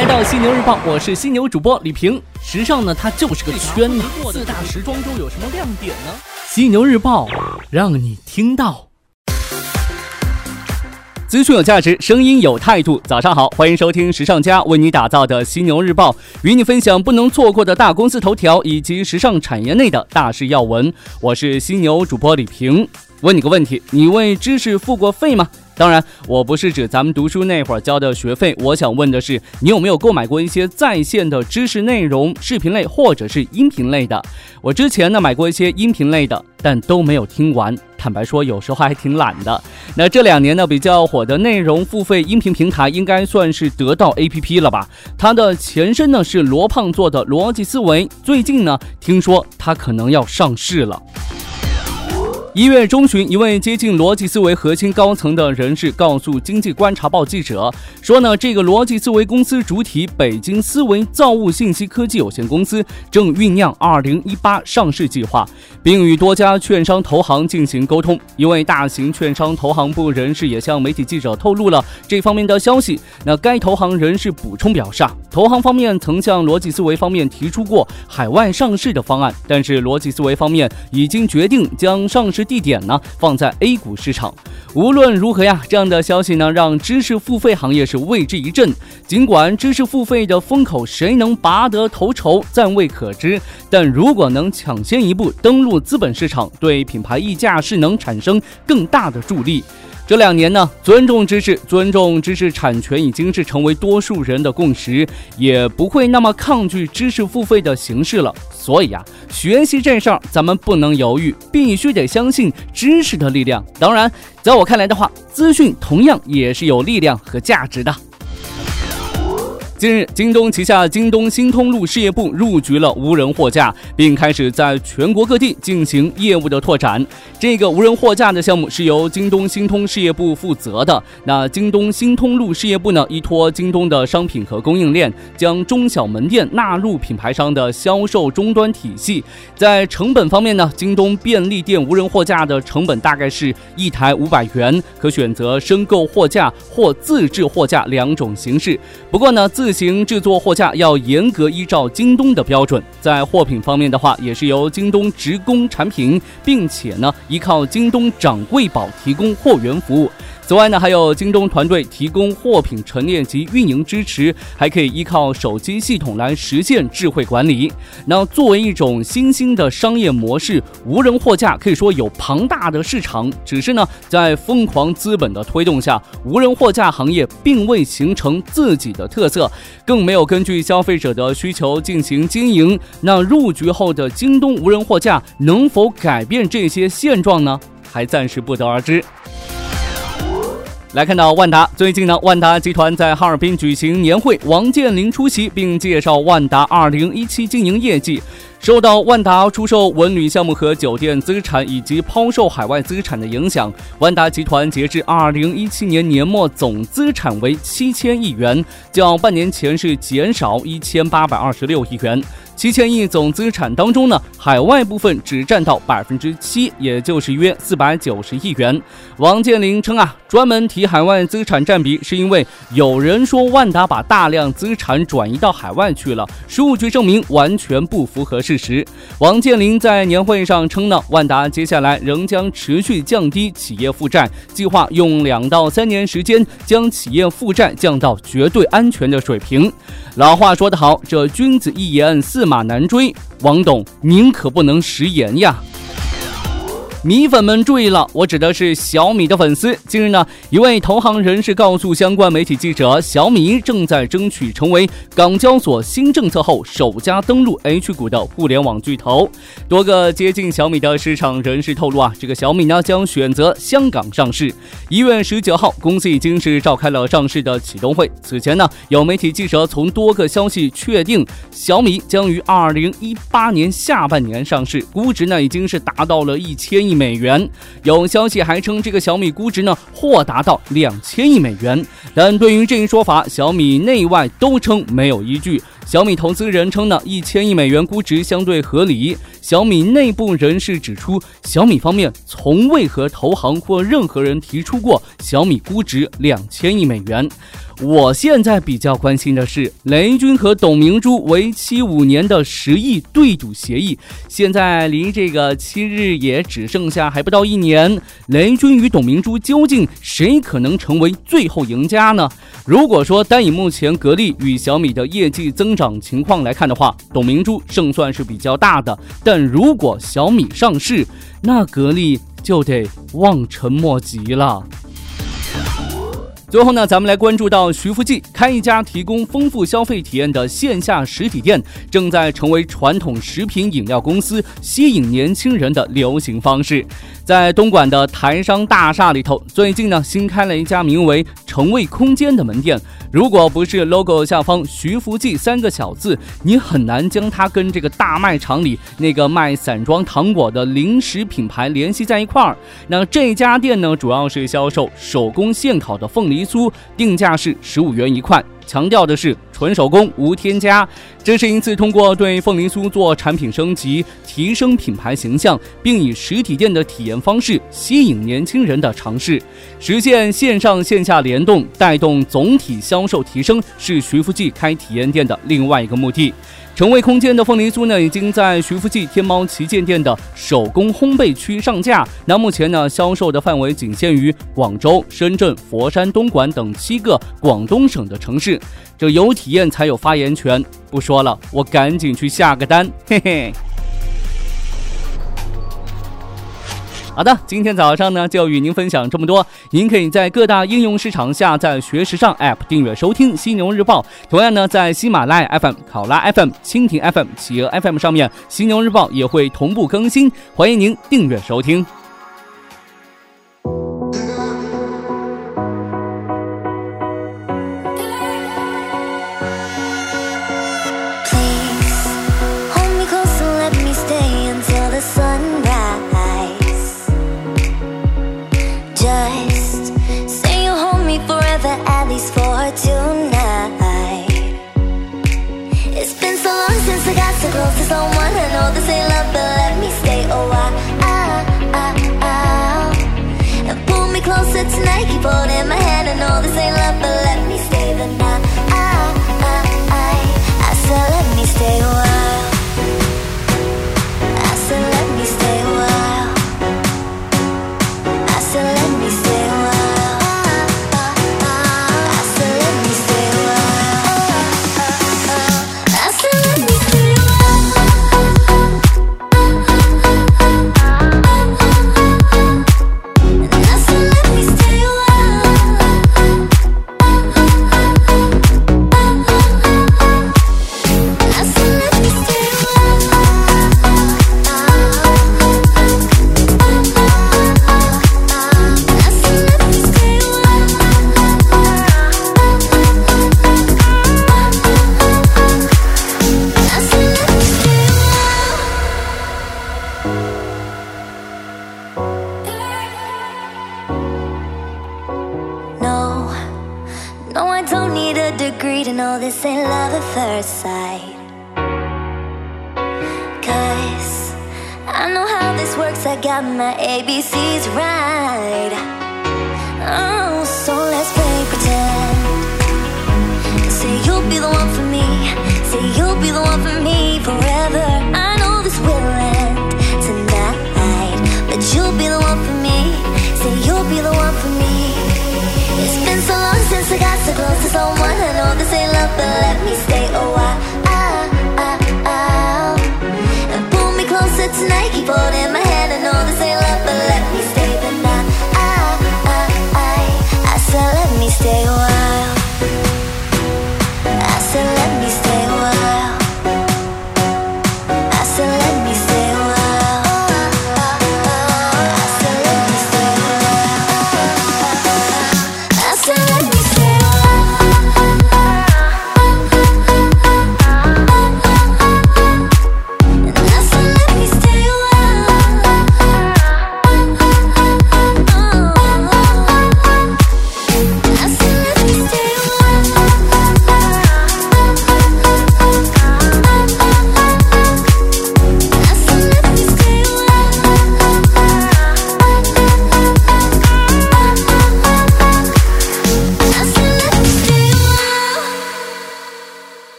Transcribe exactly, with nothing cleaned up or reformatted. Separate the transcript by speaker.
Speaker 1: 来到犀牛日报，我是犀牛主播李平。时尚呢，它就是个圈子。四大时装周有什么亮点呢？犀牛日报让你听到。资讯有价值，声音有态度。早上好，欢迎收听时尚家为你打造的犀牛日报，与你分享不能错过的大公司头条以及时尚产业内的大事要闻。我是犀牛主播李平。问你个问题，你为知识付过费吗？当然，我不是指咱们读书那会儿交的学费，我想问的是，你有没有购买过一些在线的知识内容，视频类或者是音频类的？我之前呢买过一些音频类的，但都没有听完。坦白说，有时候还挺懒的。那这两年呢比较火的内容付费音频平台，应该算是得到 A P P 了吧？它的前身呢是罗胖做的逻辑思维，最近呢听说它可能要上市了。一月中旬，一位接近逻辑思维核心高层的人士告诉经济观察报记者说呢，这个逻辑思维公司主体北京思维造物信息科技有限公司正酝酿二零一八上市计划，并与多家券商投行进行沟通。一位大型券商投行部人士也向媒体记者透露了这方面的消息。那该投行人士补充表示，投行方面曾向逻辑思维方面提出过海外上市的方案，但是逻辑思维方面已经决定将上市地点呢放在 A 股市场。无论如何呀，这样的消息呢让知识付费行业是为之一振。尽管知识付费的风口谁能拔得头筹暂未可知，但如果能抢先一步登陆资本市场，对品牌溢价是能产生更大的助力。这两年呢，尊重知识、尊重知识产权已经是成为多数人的共识，也不会那么抗拒知识付费的形式了。所以啊，学习这事儿咱们不能犹豫，必须得相信知识的力量。当然，在我看来的话，资讯同样也是有力量和价值的。近日，京东旗下京东新通路事业部入局了无人货架，并开始在全国各地进行业务的拓展。这个无人货架的项目是由京东新通事业部负责的。那京东新通路事业部呢，依托京东的商品和供应链，将中小门店纳入品牌商的销售终端体系。在成本方面呢，京东便利店无人货架的成本大概是一台五百元，可选择申购货架或自制货架两种形式。不过呢，自行制作货架要严格依照京东的标准。在货品方面的话，也是由京东直供产品，并且呢依靠京东掌柜宝提供货源服务。此外呢，还有京东团队提供货品陈列及运营支持，还可以依靠手机系统来实现智慧管理。那作为一种新兴的商业模式，无人货架可以说有庞大的市场，只是呢，在疯狂资本的推动下，无人货架行业并未形成自己的特色，更没有根据消费者的需求进行经营。那入局后的京东无人货架能否改变这些现状呢？还暂时不得而知。来看到万达，最近呢，万达集团在哈尔滨举行年会，王健林出席并介绍万达二零一七经营业绩。受到万达出售文旅项目和酒店资产以及抛售海外资产的影响，万达集团截至二零一七年年末总资产为七千亿元，较半年前是减少一千八百二十六亿元。七千亿总资产当中呢，海外部分只占到百分之七，也就是约四百九十亿元。王健林称啊，专门提海外资产占比，是因为有人说万达把大量资产转移到海外去了，数据证明完全不符合事实。王健林在年会上称呢，万达接下来仍将持续降低企业负债，计划用两到三年时间将企业负债降到绝对安全的水平。老话说得好，这君子一言，驷马难追。王董，您可不能食言呀！米粉们注意了，我指的是小米的粉丝。近日呢，一位投行人士告诉相关媒体记者，小米正在争取成为港交所新政策后首家登陆 H 股的互联网巨头。多个接近小米的市场人士透露啊，这个小米呢将选择香港上市。一月十九号，公司已经是召开了上市的启动会。此前呢，有媒体记者从多个消息确定，小米将于二零一八年下半年上市，估值呢已经是达到了一千亿美元。有消息还称，这个小米估值呢或达到两千亿美元。但对于这一说法，小米内外都称没有依据。小米投资人称呢，一千亿美元估值相对合理。 小米内部人士指出，小米方面从未和投行或任何人提出过小米估值两千亿美元。我现在比较关心的是雷军和董明珠为期五年的十亿对赌协议，现在离这个七日也只剩下还不到一年，雷军与董明珠究竟谁可能成为最后赢家呢？如果说单以目前格力与小米的业绩增长情况来看的话，董明珠胜算是比较大的，但如果小米上市，那格力就得望尘莫及了。最后呢，咱们来关注到徐福记开一家提供丰富消费体验的线下实体店，正在成为传统食品饮料公司吸引年轻人的流行方式。在东莞的台商大厦里头，最近呢新开了一家名为成味空间的门店。如果不是 logo 下方徐福记三个小字，你很难将它跟这个大卖场里那个卖散装糖果的零食品牌联系在一块儿。那这家店呢，主要是销售手工现烤的凤梨酥，定价是十五元一块，强调的是纯手工无添加。这是一次通过对凤梨酥做产品升级，提升品牌形象，并以实体店的体验方式吸引年轻人的尝试，实现线上线下联动，带动总体销售提升，是徐福记开体验店的另外一个目的。成味空间的凤梨酥呢，已经在徐福记天猫旗舰店的手工烘焙区上架。那目前呢，销售的范围仅限于广州、深圳、佛山、东莞等七个广东省的城市。这有体验才有发言权，不说了，我赶紧去下个单，嘿嘿。好的，今天早上呢就与您分享这么多。您可以在各大应用市场下载学时尚 App 订阅收听犀牛日报。同样呢，在喜马拉雅 F M、考拉 F M、蜻蜓 F M、企鹅 F M 上面，犀牛日报也会同步更新，欢迎您订阅收听。
Speaker 2: Close to someone, I know this ain't love, but let me stay a while. And pull me closer tonight, keep holding my hand. I know this ain't love, but let me stay the night. I said let me stay a while. I said let me stay a while. I said let me stay a while. I said let me stay a while. I said let me stay a while. No, I don't need a degree to know this ain't love at first sight. Cause I know how this works, I got my A B Cs right. Oh, so let's play pretend. Say you'll be the one for me, say you'll be the one for me forever. I know this will end tonight, but you'll be the one for me, say you'll be the one for me. It's been so long since I got so close to someone. I know this ain't love, but let me stay a while. And pull me closer tonight, keep holding my